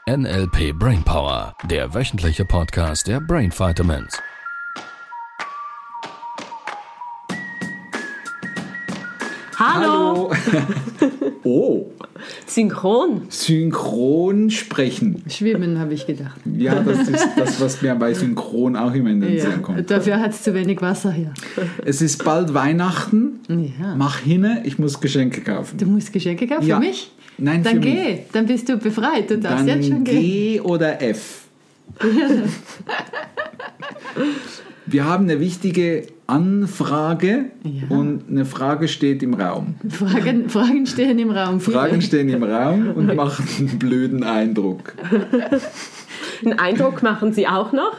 NLP Brainpower, der wöchentliche Podcast der Brain Vitamins. Hallo! Oh! Synchron. Synchron sprechen. Schwimmen, habe ich gedacht. Ja, das ist das, was mir bei Synchron auch immer in den Sinn kommt. Dafür hat es zu wenig Wasser hier. Es ist bald Weihnachten. Ja. Mach hin, ich muss Geschenke kaufen. Du musst Geschenke kaufen Ja. für mich? Nein, Dann für geh, mich. dann bist du befreit. Du darfst Dann jetzt schon gehen. G oder F. Wir haben eine wichtige Anfrage Ja. und eine Frage steht im Raum. Fragen stehen im Raum. Viele. Fragen stehen im Raum und machen einen blöden Eindruck. Einen Eindruck machen Sie auch noch?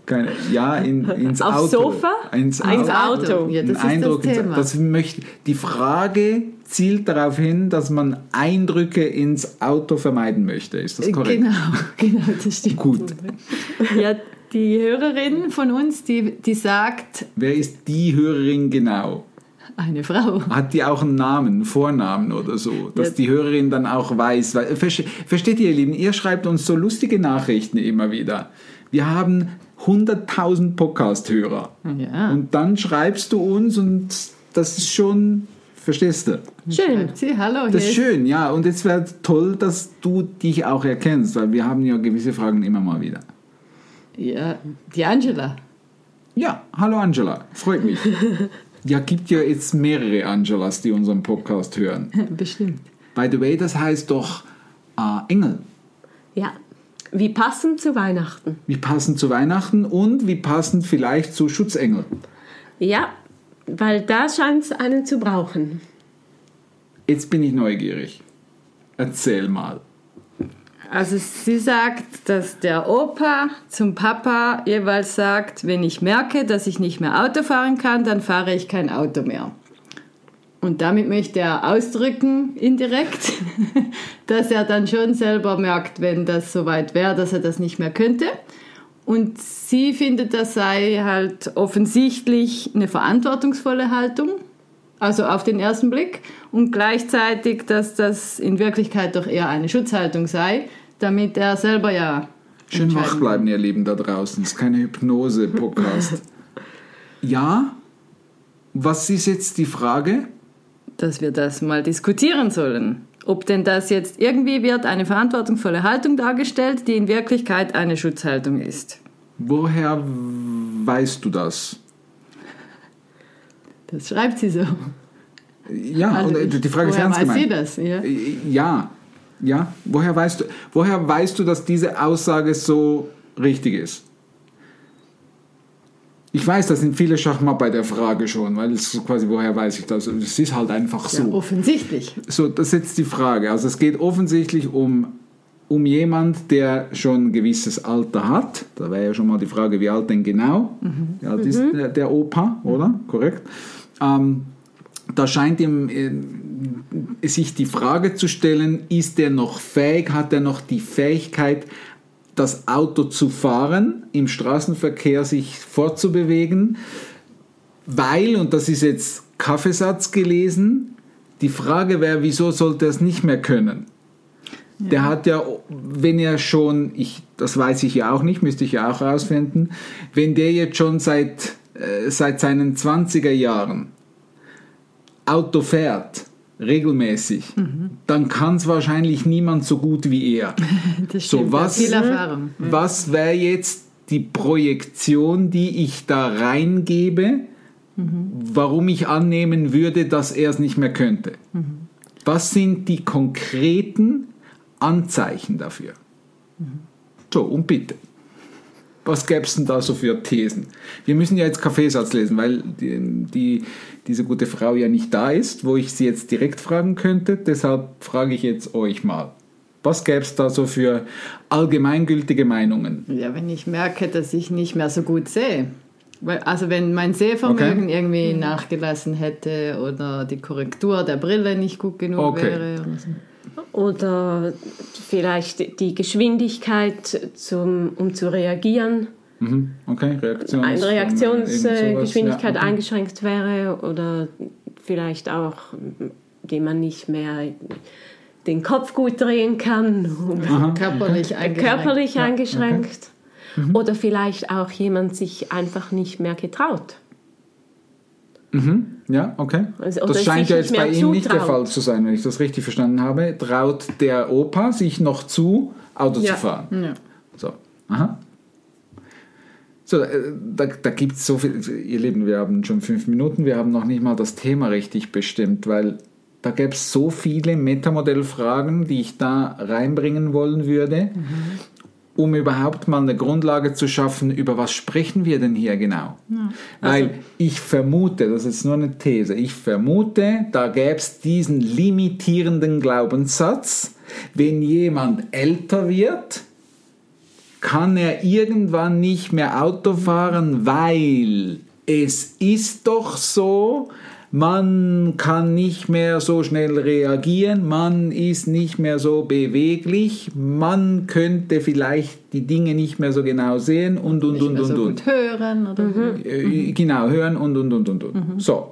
Ins Aufs Auto. Sofa? Ins Auto. Ja, das Ein ist Eindruck, das Thema. die Frage zielt darauf hin, dass man Eindrücke ins Auto vermeiden möchte. Ist das korrekt? Genau, das stimmt. Gut. Ja, die Hörerin von uns, die sagt, Wer ist die Hörerin genau? eine Frau. Hat die auch einen Namen, einen Vornamen oder so? Dass die Hörerin dann auch weiß. Weil, versteht ihr, ihr Lieben, ihr schreibt uns so lustige Nachrichten immer wieder. Wir haben 100.000 Podcast-Hörer. Ja. Und dann schreibst du uns und das ist schon, verstehst du? Schön. Sie, hallo, Das ist hier schön, ja. Und es wäre toll, dass du dich auch erkennst, weil wir haben ja gewisse Fragen immer mal wieder. ja, die Angela. Ja, hallo Angela, freut mich. Ja, gibt ja jetzt mehrere Angelas, die unseren Podcast hören. Bestimmt. By the way, das heißt doch Engel. Ja. Wie passend zu Weihnachten. Wie passend zu Weihnachten und wie passend vielleicht zu Schutzengel. Ja, weil da scheint es einen zu brauchen. Jetzt bin ich neugierig. Erzähl mal. Also sie sagt, dass der Opa zum Papa jeweils sagt, wenn ich merke, dass ich nicht mehr Auto fahren kann, dann fahre ich kein Auto mehr. Und damit möchte er ausdrücken, indirekt, dass er dann schon selber merkt, wenn das soweit wäre, dass er das nicht mehr könnte. Und sie findet, das sei halt offensichtlich eine verantwortungsvolle Haltung, also auf den ersten Blick, und gleichzeitig, dass das in Wirklichkeit doch eher eine Schutzhaltung sei, damit er selber ja Schön entscheiden wach bleiben, ihr Lieben da draußen. Das ist keine Hypnose-Podcast. Ja, was ist jetzt die Frage? dass wir das mal diskutieren sollen. Ob denn das jetzt irgendwie wird eine verantwortungsvolle Haltung dargestellt, die in Wirklichkeit eine Schutzhaltung ist. Woher weißt du das? Das schreibt sie so. Ja, Also und die Frage ist woher ernst weiß gemeint. sie das? Ja. Ja. Woher weißt du, dass diese Aussage so richtig ist? Ich weiß, da sind viele Schachmatt bei der Frage schon, weil es so quasi, woher weiß ich das? Es ist halt einfach so. Ja, offensichtlich. So, das ist jetzt die Frage. Also es geht offensichtlich um jemand, der schon ein gewisses Alter hat. Da wäre ja schon mal die Frage, wie alt denn genau? Wie alt ist der Opa, oder? Korrekt. Da scheint ihm sich die Frage zu stellen, ist er noch fähig, hat er noch die Fähigkeit, das Auto zu fahren, im Straßenverkehr sich fortzubewegen, weil, und das ist jetzt Kaffeesatz gelesen, die Frage wäre, wieso sollte er es nicht mehr können? Ja. Der hat ja, wenn er schon, das weiß ich ja auch nicht, müsste ich ja auch rausfinden, wenn der jetzt schon seit seinen 20er Jahren Auto fährt, regelmäßig, dann kann es wahrscheinlich niemand so gut wie er. Das stimmt, viel Erfahrung. Was wäre jetzt die Projektion, die ich da reingebe, warum ich annehmen würde, dass er es nicht mehr könnte? Was sind die konkreten Anzeichen dafür? So, und bitte. Was gäbe es denn da so für Thesen? Wir müssen ja jetzt Kaffeesatz lesen, weil diese gute Frau ja nicht da ist, wo ich sie jetzt direkt fragen könnte. Deshalb frage ich jetzt euch mal. Was gäbe es da so für allgemeingültige Meinungen? Ja, wenn ich merke, dass ich nicht mehr so gut sehe. Also wenn mein Sehvermögen irgendwie nachgelassen hätte oder die Korrektur der Brille nicht gut genug wäre. Oder so. Oder vielleicht die Geschwindigkeit, um zu reagieren. Okay, Eine Reaktionsgeschwindigkeit eingeschränkt wäre oder vielleicht auch, die man nicht mehr den Kopf gut drehen kann, Körperlich eingeschränkt. Okay. Oder vielleicht auch jemand sich einfach nicht mehr getraut. Ja, okay. Also, das scheint ja jetzt bei ihm nicht der Fall zu sein, wenn ich das richtig verstanden habe. Traut der Opa sich noch zu, Auto zu fahren? Ja. So, aha. So, da gibt es so viel. Ihr Lieben, wir haben schon 5 Minuten, wir haben noch nicht mal das Thema richtig bestimmt, weil da gäbe es so viele Metamodellfragen, die ich da reinbringen wollen würde, um überhaupt mal eine Grundlage zu schaffen, über was sprechen wir denn hier genau? Ja, also weil ich vermute, das ist nur eine These, ich vermute, da gäbe es diesen limitierenden Glaubenssatz, wenn jemand älter wird, kann er irgendwann nicht mehr Auto fahren, weil es ist doch so, man kann nicht mehr so schnell reagieren, man ist nicht mehr so beweglich, man könnte vielleicht die Dinge nicht mehr so genau sehen und. Gut hören oder genau, hören und. So.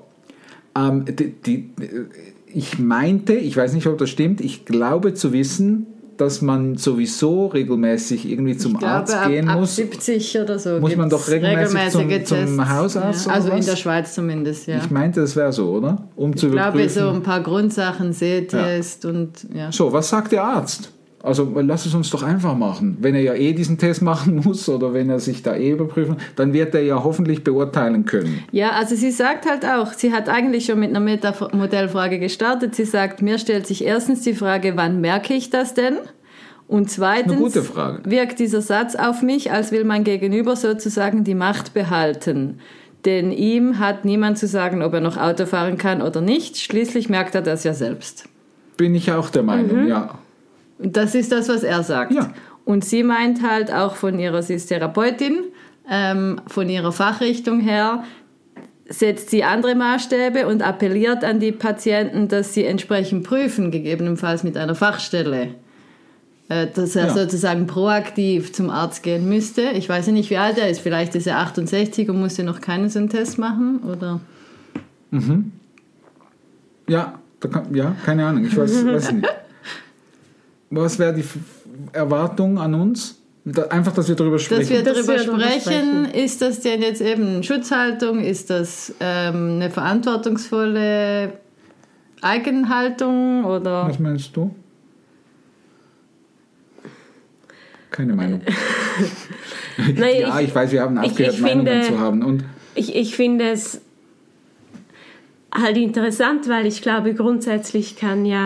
Ich meinte, ich weiß nicht, ob das stimmt, ich glaube zu wissen, dass man sowieso regelmäßig irgendwie zum Arzt gehen muss. Ab 70 oder so. Muss man doch regelmäßig zum Hausarzt? Ja. Also oder was? In der Schweiz zumindest, ja. Ich meinte, das wäre so, oder? Zu überprüfen. Ich glaube, so ein paar Grundsachen, Sehtest und ja. So, was sagt der Arzt? Also lass es uns doch einfach machen. Wenn er ja diesen Test machen muss oder wenn er sich da überprüfen, dann wird er ja hoffentlich beurteilen können. Ja, also sie sagt halt auch, sie hat eigentlich schon mit einer Metamodellfrage gestartet. Sie sagt, mir stellt sich erstens die Frage, wann merke ich das denn? Und zweitens, eine gute Frage. Wirkt dieser Satz auf mich, als will mein Gegenüber sozusagen die Macht behalten. Denn ihm hat niemand zu sagen, ob er noch Auto fahren kann oder nicht. Schließlich merkt er das ja selbst. Bin ich auch der Meinung, ja. Und das ist das, was er sagt. Ja. Und sie meint halt auch sie ist Therapeutin, von ihrer Fachrichtung her, setzt sie andere Maßstäbe und appelliert an die Patienten, dass sie entsprechend prüfen, gegebenenfalls mit einer Fachstelle. Dass er sozusagen proaktiv zum Arzt gehen müsste. Ich weiß ja nicht, wie alt er ist. Vielleicht ist er 68 und musste noch keinen so einen Test machen, oder? Ja, keine Ahnung. Ich weiß nicht. Was wäre die Erwartung an uns? Einfach, dass wir darüber sprechen. Dass wir darüber sprechen. Ist das denn jetzt eben eine Schutzhaltung? Ist das eine verantwortungsvolle Eigenhaltung? Oder? Was meinst du? Keine Meinung. Nein, ich weiß, wir haben aufgehört, Meinungen zu haben. Und ich finde es halt interessant, weil ich glaube, grundsätzlich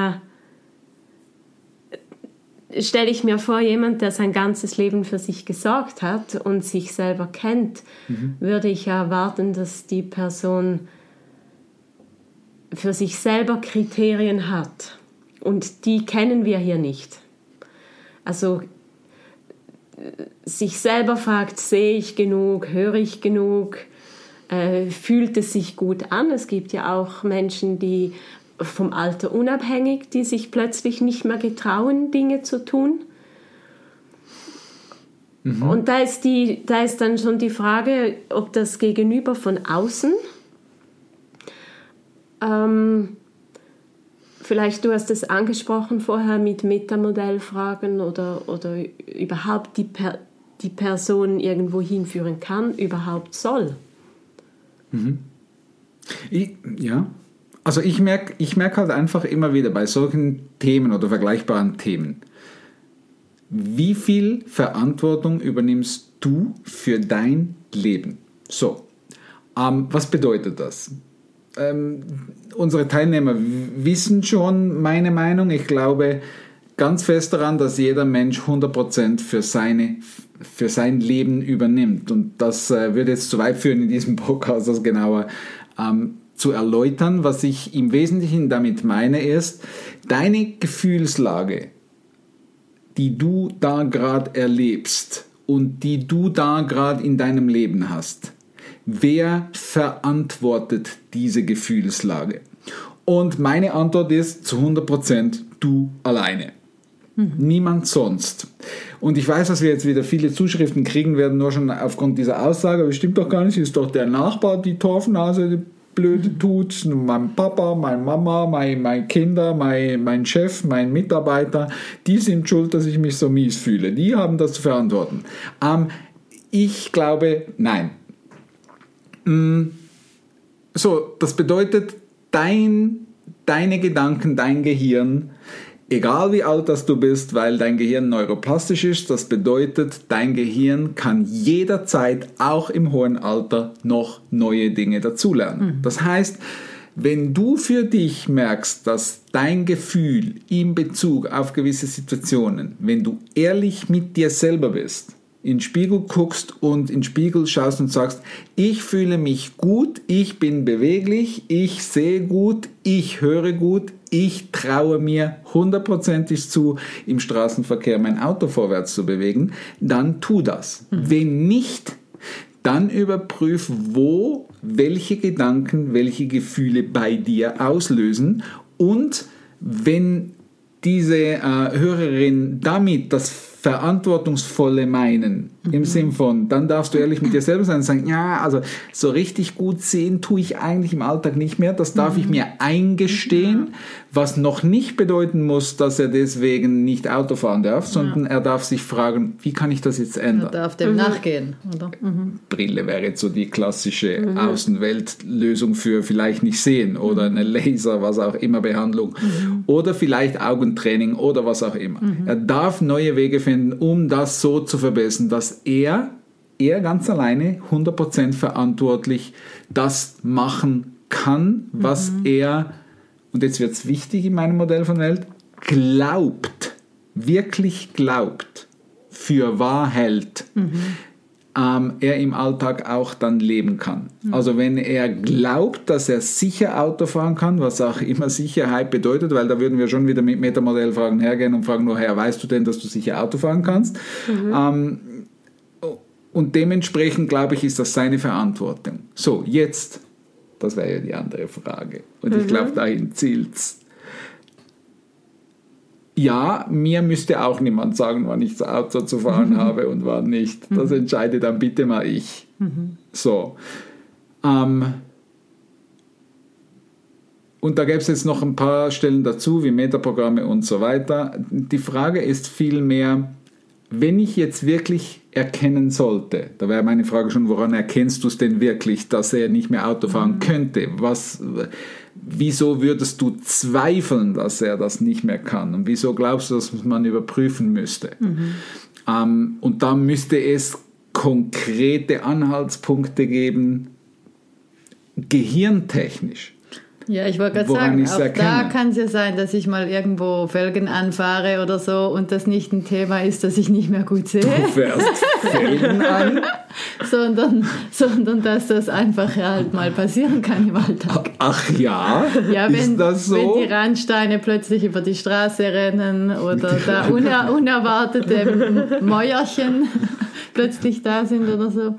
stelle ich mir vor, jemand, der sein ganzes Leben für sich gesorgt hat und sich selber kennt, würde ich erwarten, dass die Person für sich selber Kriterien hat. Und die kennen wir hier nicht. Also sich selber fragt, sehe ich genug, höre ich genug, fühlt es sich gut an. Es gibt ja auch Menschen, die vom Alter unabhängig, die sich plötzlich nicht mehr getrauen, Dinge zu tun. Und da ist dann schon die Frage, ob das Gegenüber von außen, vielleicht du hast es angesprochen vorher mit Metamodellfragen oder überhaupt die Person irgendwo hinführen kann, überhaupt soll. Also ich merke halt einfach immer wieder bei solchen Themen oder vergleichbaren Themen, wie viel Verantwortung übernimmst du für dein Leben? So, was bedeutet das? Unsere Teilnehmer wissen schon meine Meinung. Ich glaube ganz fest daran, dass jeder Mensch 100% für sein Leben übernimmt. Und das würde jetzt zu weit führen, in diesem Podcast das genauer zu erläutern. Was ich im Wesentlichen damit meine, ist, deine Gefühlslage, die du da gerade erlebst und die du da gerade in deinem Leben hast, wer verantwortet diese Gefühlslage? Und meine Antwort ist zu 100% du alleine. Niemand sonst. Und ich weiß, dass wir jetzt wieder viele Zuschriften kriegen werden, nur schon aufgrund dieser Aussage, aber das stimmt doch gar nicht, ist doch der Nachbar, die Torfnase, blöd tut, mein Papa, meine Mama, meine Kinder, mein Chef, mein Mitarbeiter, die sind schuld, dass ich mich so mies fühle. Die haben das zu verantworten. Ich glaube, nein. So, das bedeutet, deine Gedanken, dein Gehirn, egal wie alt das du bist, weil dein Gehirn neuroplastisch ist, das bedeutet, dein Gehirn kann jederzeit, auch im hohen Alter, noch neue Dinge dazulernen. Das heißt, wenn du für dich merkst, dass dein Gefühl in Bezug auf gewisse Situationen, wenn du ehrlich mit dir selber bist, in den Spiegel guckst und in den Spiegel schaust und sagst, ich fühle mich gut, ich bin beweglich, ich sehe gut, ich höre gut, ich traue mir 100%ig zu, im Straßenverkehr mein Auto vorwärts zu bewegen, dann tu das. Wenn nicht, dann überprüf, welche Gedanken, welche Gefühle bei dir auslösen, und wenn diese Hörerin damit das Verantwortungsvolle meinen, im Sinn von, dann darfst du ehrlich mit dir selber sein und sagen, ja, also so richtig gut sehen tue ich eigentlich im Alltag nicht mehr, das darf ich mir eingestehen, was noch nicht bedeuten muss, dass er deswegen nicht Auto fahren darf, sondern er darf sich fragen, wie kann ich das jetzt ändern? Er darf dem nachgehen, oder? Brille wäre jetzt so die klassische Außenweltlösung für vielleicht nicht sehen oder eine Laser, was auch immer, Behandlung oder vielleicht Augentraining oder was auch immer. Er darf neue Wege finden, um das so zu verbessern, dass er ganz alleine 100% verantwortlich das machen kann, was er, und jetzt wird es wichtig in meinem Modell von Welt, wirklich glaubt, für wahr hält, er im Alltag auch dann leben kann. Also wenn er glaubt, dass er sicher Auto fahren kann, was auch immer Sicherheit bedeutet, weil da würden wir schon wieder mit Metamodellfragen hergehen und fragen, woher weißt du denn, dass du sicher Auto fahren kannst? Und dementsprechend, glaube ich, ist das seine Verantwortung. So, jetzt, das wäre ja die andere Frage. Und ich glaube, dahin zielt's. Ja, mir müsste auch niemand sagen, wann ich das Auto zu fahren habe und wann nicht. Das entscheide dann bitte mal ich. So. Und da gäbe es jetzt noch ein paar Stellen dazu, wie Metaprogramme und so weiter. Die Frage ist vielmehr, wenn ich jetzt wirklich erkennen sollte, da wäre meine Frage schon, woran erkennst du es denn wirklich, dass er nicht mehr Auto fahren könnte? Wieso würdest du zweifeln, dass er das nicht mehr kann? Und wieso glaubst du, dass man überprüfen müsste? Und da müsste es konkrete Anhaltspunkte geben, gehirntechnisch. Ja, ich wollte gerade sagen, auch da kann es ja sein, dass ich mal irgendwo Felgen anfahre oder so und das nicht ein Thema ist, dass ich nicht mehr gut sehe. Du fährst Felgen an? sondern dass das einfach halt mal passieren kann im Alltag. Ach ja? Ja, ist das so? Wenn die Randsteine plötzlich über die Straße rennen oder da unerwartete Mäuerchen plötzlich da sind oder so.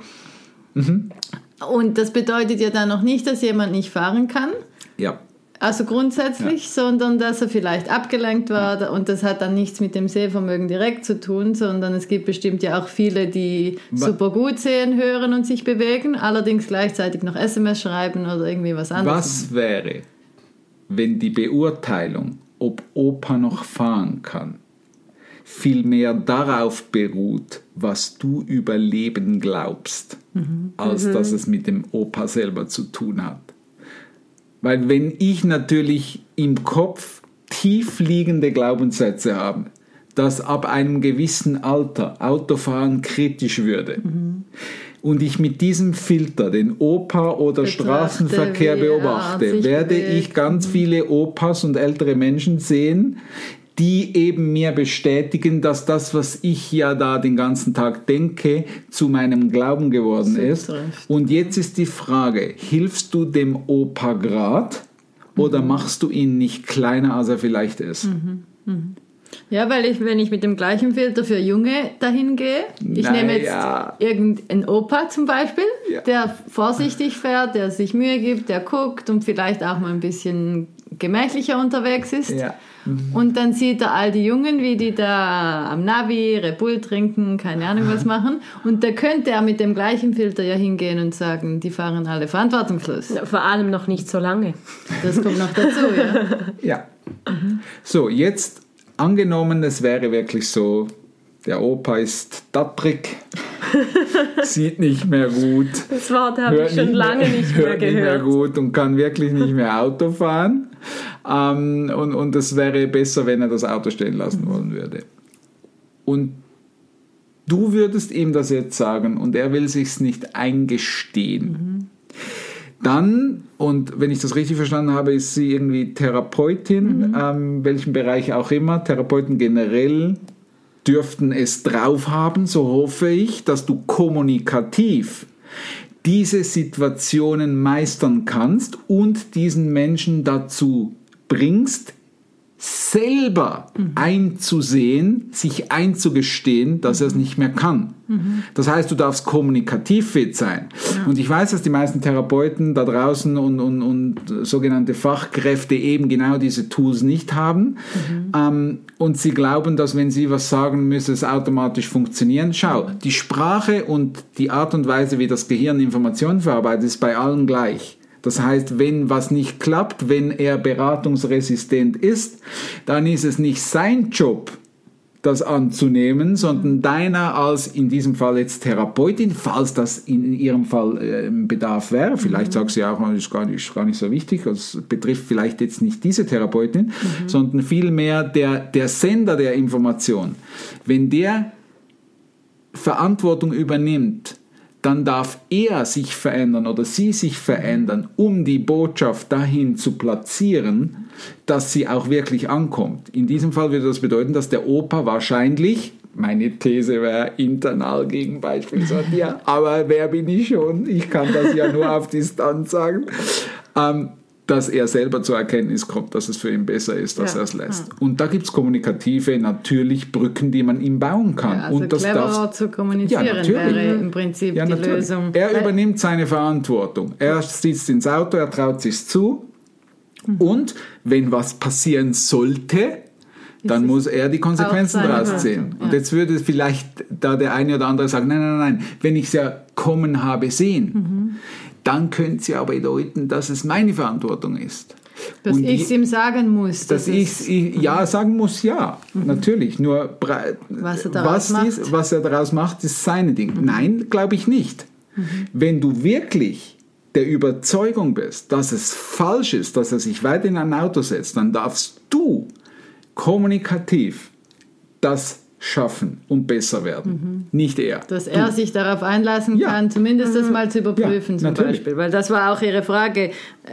Und das bedeutet ja dann noch nicht, dass jemand nicht fahren kann. Ja. Also grundsätzlich, sondern dass er vielleicht abgelenkt war und das hat dann nichts mit dem Sehvermögen direkt zu tun, sondern es gibt bestimmt ja auch viele, die super gut sehen, hören und sich bewegen, allerdings gleichzeitig noch SMS schreiben oder irgendwie was anderes. Was wäre, wenn die Beurteilung, ob Opa noch fahren kann, vielmehr darauf beruht, was du über Leben glaubst, als dass es mit dem Opa selber zu tun hat? Weil wenn ich natürlich im Kopf tief liegende Glaubenssätze habe, dass ab einem gewissen Alter Autofahren kritisch würde und ich mit diesem Filter den Opa oder Straßenverkehr beobachte, werde ich ganz viele Opas und ältere Menschen sehen, die eben mir bestätigen, dass das, was ich ja da den ganzen Tag denke, zu meinem Glauben geworden ist. Und jetzt ist die Frage, hilfst du dem Opa grad oder machst du ihn nicht kleiner, als er vielleicht ist? Ja, weil wenn ich mit dem gleichen Filter für Junge dahin gehe, ich nehme jetzt irgendeinen Opa zum Beispiel, der vorsichtig fährt, der sich Mühe gibt, der guckt und vielleicht auch mal ein bisschen gemächlicher unterwegs ist. Ja. Und dann sieht er all die Jungen, wie die da am Navi Red Bull trinken, keine Ahnung was machen. Und da könnte er mit dem gleichen Filter ja hingehen und sagen, die fahren alle verantwortungslos. Ja, vor allem noch nicht so lange. Das kommt noch dazu, ja. Ja. So, jetzt angenommen, es wäre wirklich so, der Opa ist dattrig, sieht nicht mehr gut. Das Wort habe ich schon lange nicht mehr hört nicht mehr gehört. gut und kann wirklich nicht mehr Auto fahren. Und es wäre besser, wenn er das Auto stehen lassen wollen würde. Und du würdest ihm das jetzt sagen und er will sich's nicht eingestehen. Dann, und wenn ich das richtig verstanden habe, ist sie irgendwie Therapeutin, welchem Bereich auch immer. Therapeuten generell dürften es drauf haben, so hoffe ich, dass du kommunikativ diese Situationen meistern kannst und diesen Menschen dazu bringst, selber einzusehen, sich einzugestehen, dass er es nicht mehr kann. Das heißt, du darfst kommunikativ fit sein. Ja. Und ich weiß, dass die meisten Therapeuten da draußen und sogenannte Fachkräfte eben genau diese Tools nicht haben. Und sie glauben, dass wenn sie was sagen, müsse es automatisch funktionieren. Schau, die Sprache und die Art und Weise, wie das Gehirn Informationen verarbeitet, ist bei allen gleich. Das heißt, wenn was nicht klappt, wenn er beratungsresistent ist, dann ist es nicht sein Job, das anzunehmen, sondern deiner als in diesem Fall jetzt Therapeutin, falls das in ihrem Fall Bedarf wäre. Vielleicht sagst du ja auch, das ist gar nicht so wichtig, das betrifft vielleicht jetzt nicht diese Therapeutin, sondern vielmehr der Sender der Information. Wenn der Verantwortung übernimmt, dann darf er sich verändern oder sie sich verändern, um die Botschaft dahin zu platzieren, dass sie auch wirklich ankommt. In diesem Fall würde das bedeuten, dass der Opa wahrscheinlich, meine These wäre internal gegen beispielsweise, ja, aber wer bin ich schon? Ich kann das ja nur auf Distanz sagen. Dass er selber zur Erkenntnis kommt, dass es für ihn besser ist, dass er es lässt. Ja. Und da gibt es kommunikative, natürlich Brücken, die man ihm bauen kann. Ja, also und das cleverer zu kommunizieren wäre im Prinzip die Lösung. Er übernimmt seine Verantwortung. Er sitzt ins Auto, er traut sich zu. Und wenn was passieren sollte, dann muss er die Konsequenzen daraus ziehen. Und jetzt würde vielleicht da der eine oder andere sagen, nein, wenn ich es ja kommen habe sehen, dann könnte es ja bedeuten, dass es meine Verantwortung ist. Dass ich es ihm sagen muss. Ja, sagen muss, ja, natürlich. Nur was er daraus macht, ist seine Ding. Nein, glaube ich nicht. Wenn du wirklich der Überzeugung bist, dass es falsch ist, dass er sich weiter in ein Auto setzt, dann darfst du kommunikativ das schaffen und besser werden. Nicht er. Dass er sich darauf einlassen kann, zumindest das mal zu überprüfen zum Beispiel. Weil das war auch Ihre Frage,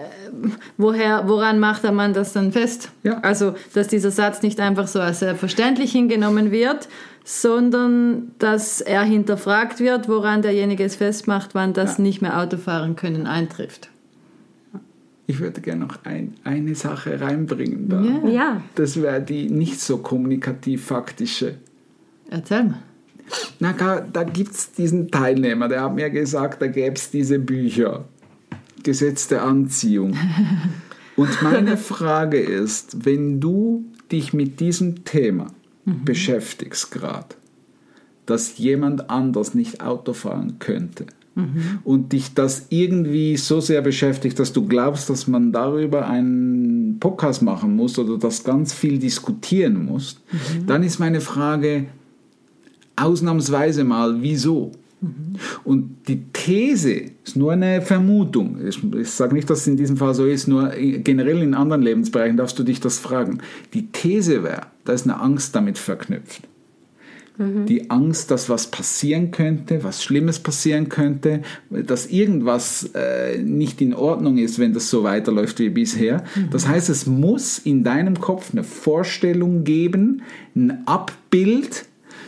woran macht der Mann das dann fest? Ja. Also, dass dieser Satz nicht einfach so als selbstverständlich hingenommen wird, sondern dass er hinterfragt wird, woran derjenige es festmacht, wann das nicht mehr Autofahren können eintrifft. Ich würde gerne noch eine Sache reinbringen. Da. Ja. Das wäre die nicht so kommunikativ-faktische. Erzähl mal. Na, da gibt es diesen Teilnehmer, der hat mir gesagt, da gäbe es diese Bücher. Gesetz der Anziehung. Und meine Frage ist, wenn du dich mit diesem Thema beschäftigst gerade, dass jemand anders nicht Auto fahren könnte, und dich das irgendwie so sehr beschäftigt, dass du glaubst, dass man darüber einen Podcast machen muss oder das ganz viel diskutieren muss, dann ist meine Frage ausnahmsweise mal, wieso? Und die These ist nur eine Vermutung. Ich sage nicht, dass es in diesem Fall so ist, nur generell in anderen Lebensbereichen darfst du dich das fragen. Die These wäre, da ist eine Angst damit verknüpft. Die Angst, dass was passieren könnte, was Schlimmes passieren könnte, dass irgendwas nicht in Ordnung ist, wenn das so weiterläuft wie bisher. Das heißt, es muss in deinem Kopf eine Vorstellung geben, ein Abbild,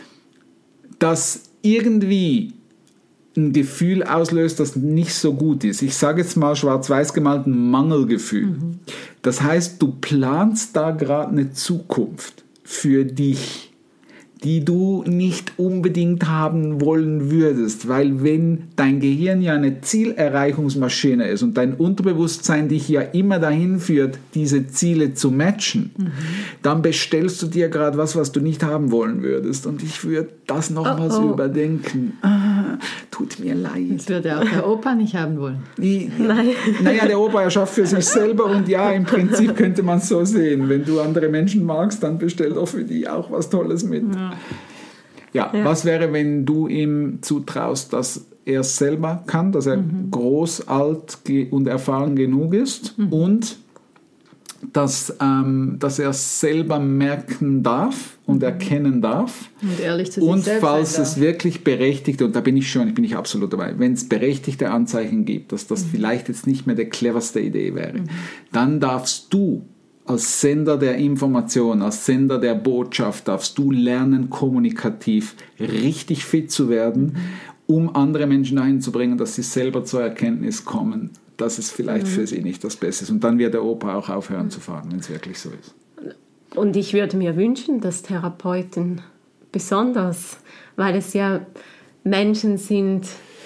das irgendwie ein Gefühl auslöst, das nicht so gut ist. Ich sage jetzt mal schwarz-weiß gemalt, ein Mangelgefühl. Das heißt, du planst da gerade eine Zukunft für dich, die du nicht unbedingt haben wollen würdest, weil wenn dein Gehirn ja eine Zielerreichungsmaschine ist und dein Unterbewusstsein dich ja immer dahin führt, diese Ziele zu matchen, dann bestellst du dir gerade was du nicht haben wollen würdest, und ich würde das nochmals überdenken. Tut mir leid. Das würde auch der Opa nicht haben wollen. Naja, der Opa erschafft für sich selber, und ja, im Prinzip könnte man es so sehen. Wenn du andere Menschen magst, dann bestell doch für die auch was Tolles mit. Ja, was wäre, wenn du ihm zutraust, dass er es selber kann, dass er groß, alt und erfahren genug ist und dass er es selber merken darf und erkennen darf. Und ehrlich zu sich und selbst falls sein es darf. wirklich berechtigte, und da bin ich absolut dabei, wenn es berechtigte Anzeichen gibt, dass das vielleicht jetzt nicht mehr die cleverste Idee wäre, dann darfst du als Sender der Information, als Sender der Botschaft, darfst du lernen, kommunikativ richtig fit zu werden, um andere Menschen dahin zu bringen, dass sie selber zur Erkenntnis kommen, dass es vielleicht für sie nicht das Beste ist. Und dann wird der Opa auch aufhören zu fahren, wenn es wirklich so ist. Und ich würde mir wünschen, dass Therapeuten besonders, weil es ja Menschen sind,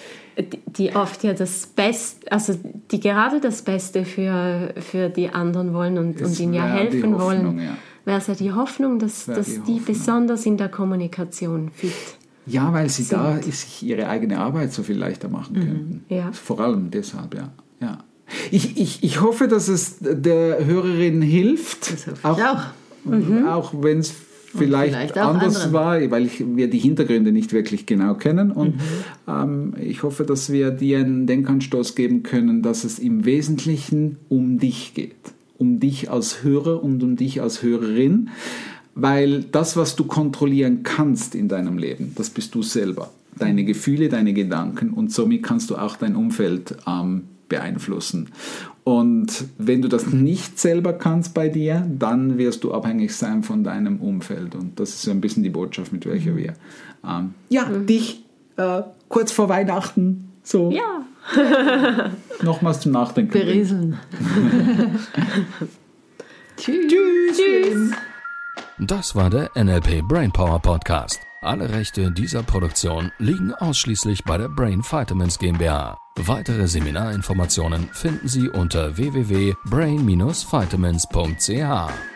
die oft ja das Beste, also die gerade das Beste für die anderen wollen und ihnen ja helfen wollen, wäre es ja die Hoffnung, dass die besonders in der Kommunikation fit. Ja, weil sie da sich ihre eigene Arbeit so viel leichter machen könnten. Ja. Vor allem deshalb, ja. Ich hoffe, dass es der Hörerin hilft. Das hoffe ich auch. Auch wenn es vielleicht anders anderen. war, weil wir die Hintergründe nicht wirklich genau kennen. Und ich hoffe, dass wir dir einen Denkanstoß geben können, dass es im Wesentlichen um dich geht. Um dich als Hörer und um dich als Hörerin. Weil das, was du kontrollieren kannst in deinem Leben, das bist du selber. Deine Gefühle, deine Gedanken, und somit kannst du auch dein Umfeld beeinflussen. Und wenn du das nicht selber kannst bei dir, dann wirst du abhängig sein von deinem Umfeld. Und das ist so ein bisschen die Botschaft, mit welcher wir dich kurz vor Weihnachten so nochmals zum Nachdenken berieseln. Tschüss. Das war der NLP Brainpower Podcast. Alle Rechte dieser Produktion liegen ausschließlich bei der Brain Vitamins GmbH. Weitere Seminarinformationen finden Sie unter www.brain-vitamins.ch.